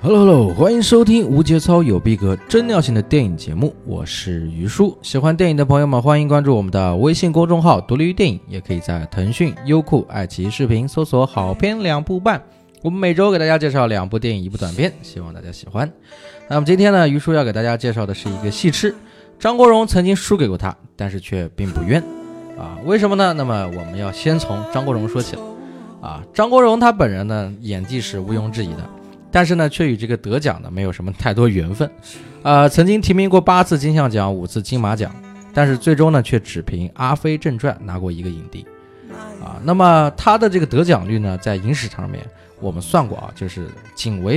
Hello， 欢迎收听无节操有逼格真尿性的电影节目，我是于叔。喜欢电影的朋友们，欢迎关注我们的微信公众号独立于电影，也可以在腾讯、优酷、爱奇艺视频搜索好片两部半。我们每周给大家介绍2部电影1部短片，希望大家喜欢。那么今天呢，于叔要给大家介绍的是一个戏痴，张国荣曾经输给过他，但是却并不冤为什么呢？那么我们要先从张国荣说起了张国荣他本人呢，演技是毋庸置疑的，但是呢，却与这个得奖呢没有什么太多缘分。曾经提名过8次金像奖、5次金马奖，但是最终呢，却只凭《阿飞正传》拿过1个影帝。那么他的这个得奖率呢，在影史上面我们算过就是仅为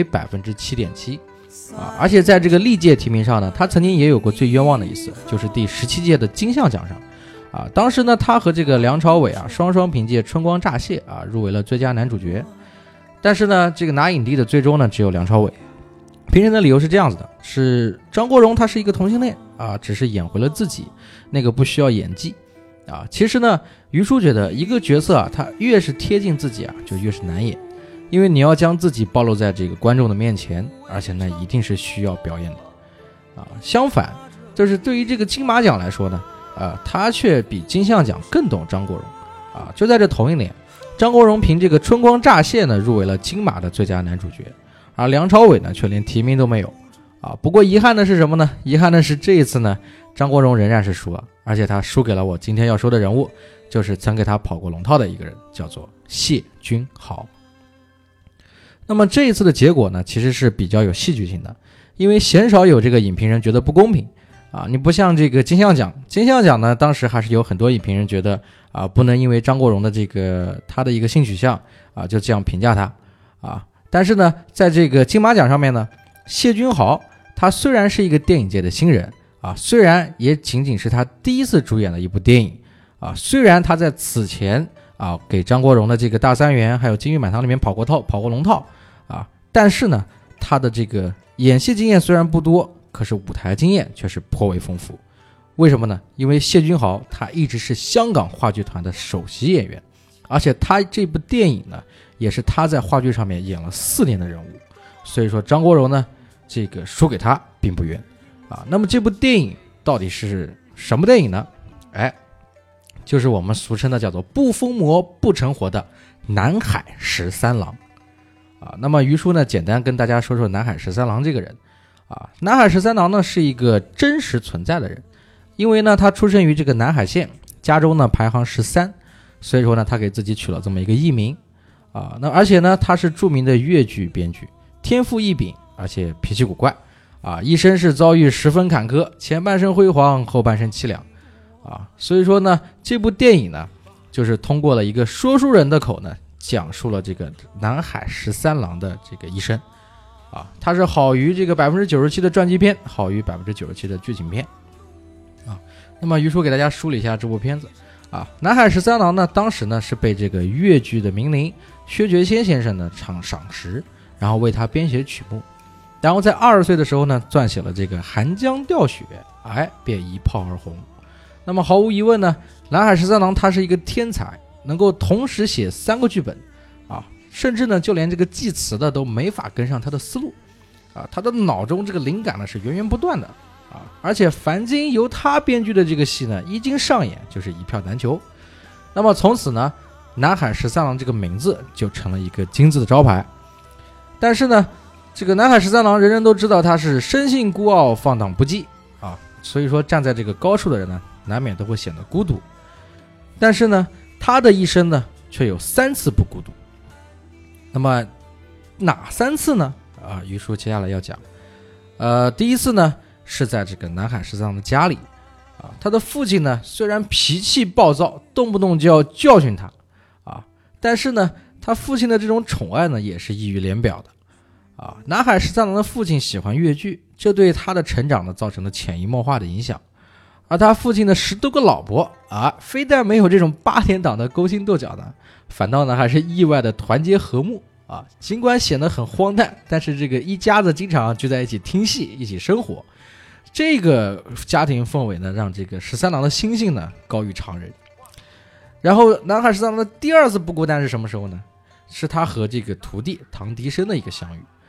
7.7%。而且在这个历届提名上呢，他曾经也有过最冤枉的一次，就是第17届的金像奖上。当时呢，他和这个梁朝伟双双凭借《春光乍泄》入围了最佳男主角。但是呢，这个拿影帝的最终呢，只有梁朝伟。评审的理由是这样子的，是张国荣他是一个同性恋只是演回了自己，那个不需要演技其实呢，于叔觉得一个角色他越是贴近自己就越是难演，因为你要将自己暴露在这个观众的面前，而且呢，一定是需要表演的相反，就是对于这个金马奖来说呢，他却比金像奖更懂张国荣就在这同一年，张国荣凭这个《春光乍泄》呢入围了金马的最佳男主角，而梁朝伟呢却连提名都没有不过遗憾的是什么呢？遗憾的是这一次呢，张国荣仍然是输了，而且他输给了我今天要说的人物，就是曾给他跑过龙套的一个人，叫做谢君豪。那么这一次的结果呢，其实是比较有戏剧性的，因为鲜少有这个影评人觉得不公平你不像这个金像奖呢，当时还是有很多影评人觉得不能因为张国荣的这个他的一个性取向就这样评价他但是呢，在这个金马奖上面呢，谢君豪他虽然是一个电影界的新人虽然也仅仅是他第一次主演的一部电影虽然他在此前给张国荣的这个大三元还有金玉满堂里面跑过龙套但是呢，他的这个演戏经验虽然不多，可是舞台经验却是颇为丰富。为什么呢？因为谢君豪他一直是香港话剧团的首席演员，而且他这部电影呢，也是他在话剧上面演了4年的人物，所以说张国荣呢，这个输给他并不冤那么这部电影到底是什么电影呢？就是我们俗称的叫做不疯魔不成活的南海13郎那么于叔呢，简单跟大家说说南海13郎这个人南海13郎呢是一个真实存在的人，因为呢他出生于这个南海县，加州呢排行13，所以说呢他给自己取了这么一个艺名那而且呢他是著名的粤剧编剧，天赋异禀，而且脾气古怪一生是遭遇十分坎坷，前半生辉煌，后半生凄凉所以说呢，这部电影呢，就是通过了一个说书人的口呢，讲述了这个南海13郎的这个一生它是好于这个 97% 的传记片，好于 97% 的剧情片那么于叔给大家梳理一下这部片子南海13郎呢，当时呢是被这个粤剧的名伶薛觉先先生呢赏识，然后为他编写曲目，然后在20岁的时候呢，撰写了这个《寒江钓雪》，便一炮而红。那么毫无疑问呢，南海13郎他是一个天才，能够同时写3个剧本甚至呢就连这个记词的都没法跟上他的思路他的脑中这个灵感呢是源源不断的而且凡经由他编剧的这个戏呢，一经上演就是一票难求。那么从此呢，南海13郎这个名字就成了一个金字的招牌。但是呢，这个南海13郎人人都知道他是生性孤傲，放荡不羁所以说站在这个高处的人呢，难免都会显得孤独。但是呢，他的一生呢，却有3次不孤独。那么哪3次呢？于叔接下来要讲。第一次呢，是在这个南海13郎的家里他的父亲呢，虽然脾气暴躁，动不动就要教训他但是呢，他父亲的这种宠爱呢，也是溢于言表的南海13郎的父亲喜欢粤剧，这对他的成长呢造成了潜移默化的影响。而他父亲的10多个老婆非但没有这种8点档的勾心斗角呢，反倒呢还是意外的团结和睦尽管显得很荒诞，但是这个一家子经常聚在一起听戏，一起生活，这个家庭氛围呢，让这个13郎的心性呢高于常人。然后南海13郎的第2次不孤单是什么时候呢？是他和这个徒弟唐迪生的一个相遇。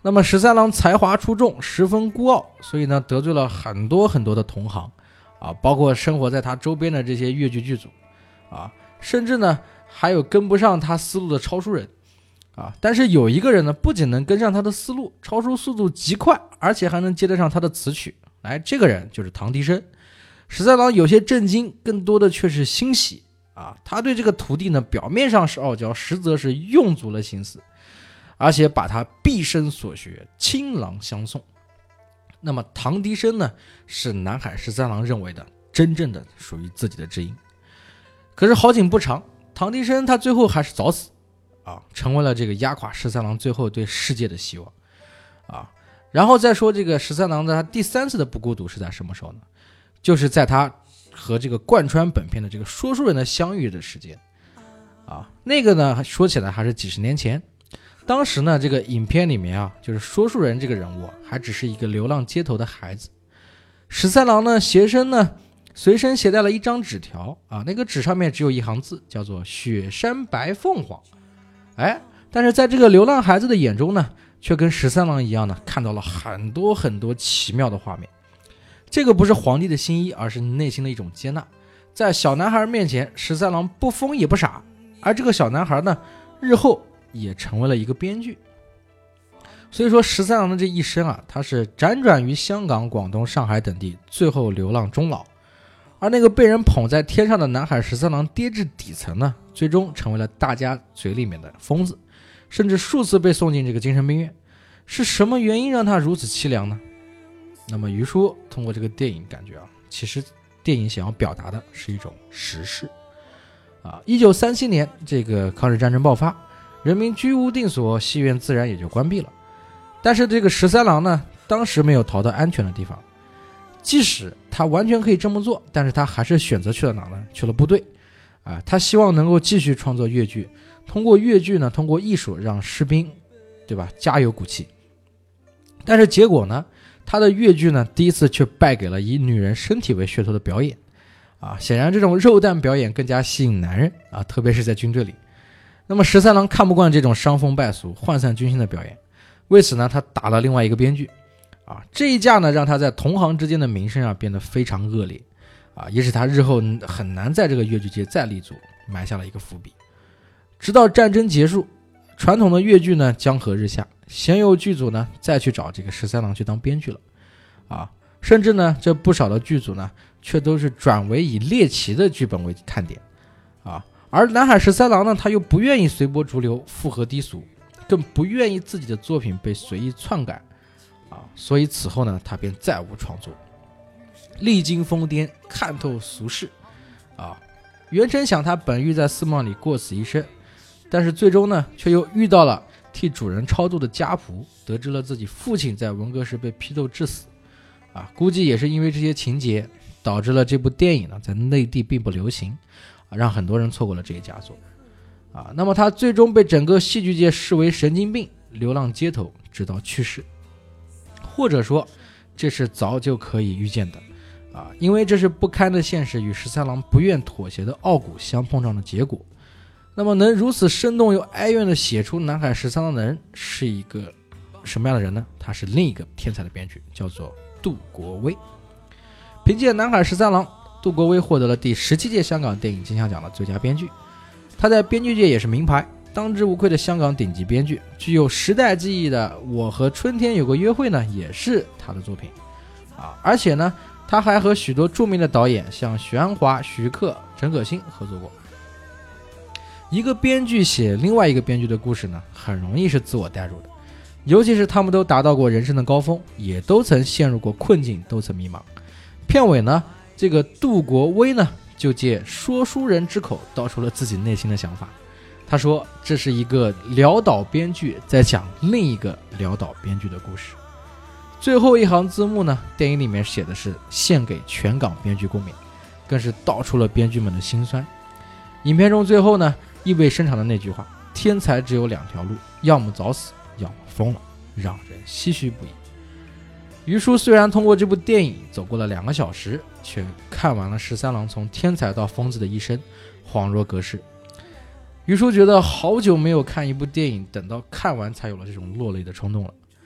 那么十三郎才华出众，十分孤傲，所以呢得罪了很多很多的同行啊，包括生活在他周边的这些越剧剧组啊，甚至呢还有跟不上他思路的抄书人啊。但是有一个人呢，不仅能跟上他的思路，抄书速度极快，而且还能接得上他的词曲。来，这个人就是唐棣生。十三郎有些震惊，更多的却是欣喜啊。他对这个徒弟呢，表面上是傲娇，实则是用足了心思，而且把他毕生所学倾囊相送。那么唐棣生呢，是南海十三郎认为的真正的属于自己的知音。可是好景不长，唐棣生他最后还是早死啊，成为了这个压垮十三郎最后对世界的希望啊。然后再说这个十三郎的他第3次的不孤独是在什么时候呢？就是在他和这个贯穿本片的这个说书人的相遇的时间啊。那个呢说起来还是几十年前，当时呢这个影片里面啊，就是说书人这个人物还只是一个流浪街头的孩子。十三郎呢随身携带了一张纸条啊，那个纸上面只有一行字，叫做雪山白凤凰。但是在这个流浪孩子的眼中呢，却跟十三郎一样呢，看到了很多很多奇妙的画面。这个不是皇帝的心意，而是内心的一种接纳。在小男孩面前，十三郎不疯也不傻，而这个小男孩呢，日后也成为了一个编剧。所以说十三郎的这一生啊，他是辗转于香港、广东、上海等地，最后流浪终老。而那个被人捧在天上的南海十三郎跌至底层呢，最终成为了大家嘴里面的疯子，甚至数次被送进这个精神病院。是什么原因让他如此凄凉呢？那么于叔通过这个电影感觉啊，其实电影想要表达的是一种时事啊。1937年这个抗日战争爆发，人民居无定所，戏院自然也就关闭了。但是这个十三郎呢，当时没有逃到安全的地方，即使他完全可以这么做，但是他还是选择去了哪呢？去了部队啊。他希望能够继续创作越剧，通过越剧呢，通过艺术让士兵，对吧，加油鼓气。但是结果呢，他的越剧呢，第一次却败给了以女人身体为噱头的表演啊。显然这种肉弹表演更加吸引男人啊，特别是在军队里。那么十三郎看不惯这种伤风败俗、涣散军心的表演，为此呢，他打了另外一个编剧啊。这一架呢，让他在同行之间的名声啊变得非常恶劣啊，也使他日后很难在这个越剧界再立足，埋下了一个伏笔。直到战争结束，传统的越剧呢江河日下，鲜有剧组呢再去找这个十三郎去当编剧了啊，甚至呢这不少的剧组呢却都是转为以猎奇的剧本为看点啊。而南海十三郎呢，他又不愿意随波逐流、附和低俗，更不愿意自己的作品被随意篡改啊，所以此后呢，他便再无创作。历经疯癫，看透俗世啊，袁成想他本欲在寺庙里过此一生，但是最终呢，却又遇到了替主人超度的家仆，得知了自己父亲在文革时被批斗致死啊，估计也是因为这些情节，导致了这部电影呢在内地并不流行啊，让很多人错过了这一佳作啊。那么他最终被整个戏剧界视为神经病，流浪街头直到去世，或者说这是早就可以预见的啊，因为这是不堪的现实与十三郎不愿妥协的傲骨相碰撞的结果。那么能如此生动又哀怨地写出南海十三郎的人是一个什么样的人呢？他是另一个天才的编剧，叫做杜国威。凭借南海十三郎，杜国威获得了第17届香港电影金像奖的最佳编剧。他在编剧界也是名牌，当之无愧的香港顶级编剧，具有时代记忆的《我和春天有个约会》呢，也是他的作品啊。而且呢，他还和许多著名的导演，像许鞍华、徐克、陈可辛合作过。一个编剧写另外一个编剧的故事呢，很容易是自我代入的，尤其是他们都达到过人生的高峰，也都曾陷入过困境，都曾迷茫。片尾呢，这个杜国威呢，就借说书人之口道出了自己内心的想法。他说这是一个潦倒编剧在讲另一个潦倒编剧的故事。最后一行字幕呢，电影里面写的是献给全港编剧共勉，更是道出了编剧们的辛酸。影片中最后呢，意味深长的那句话，天才只有2条路，要么早死，要么疯了，让人唏嘘不已。于叔虽然通过这部电影走过了2个小时，却看完了十三郎从天才到疯子的一生，恍若隔世。于叔觉得好久没有看一部电影，等到看完才有了这种落泪的冲动了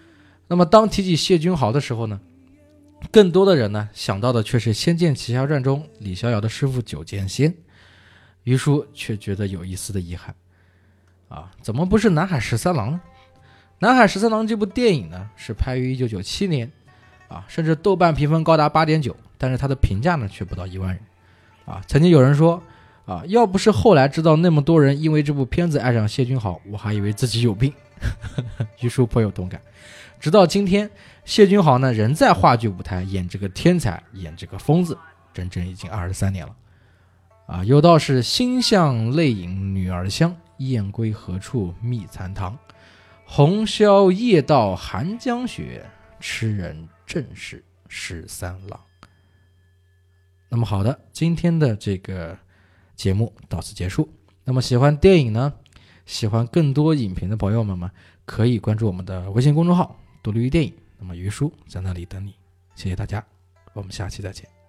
那么当提起谢君豪的时候呢，更多的人呢想到的却是《仙剑奇侠传》中李逍遥的师傅九剑仙，于叔却觉得有一丝的遗憾怎么不是南海十三郎呢？南海十三郎这部电影呢是拍于1997年甚至豆瓣评分高达 8.9， 但是它的评价呢却不到1万人曾经有人说要不是后来知道那么多人因为这部片子爱上谢君豪，我还以为自己有病。于叔颇有同感。直到今天，谢君豪呢仍在话剧舞台演这个天才，演这个疯子，整整已经23年了有道是心向泪饮女儿香，燕归何处觅残汤，红消夜到寒江雪，痴人正是13郎。那么好的，今天的这个节目到此结束。那么喜欢电影呢，喜欢更多影评的朋友们可以关注我们的微信公众号独立于电影，那么于叔在那里等你。谢谢大家，我们下期再见。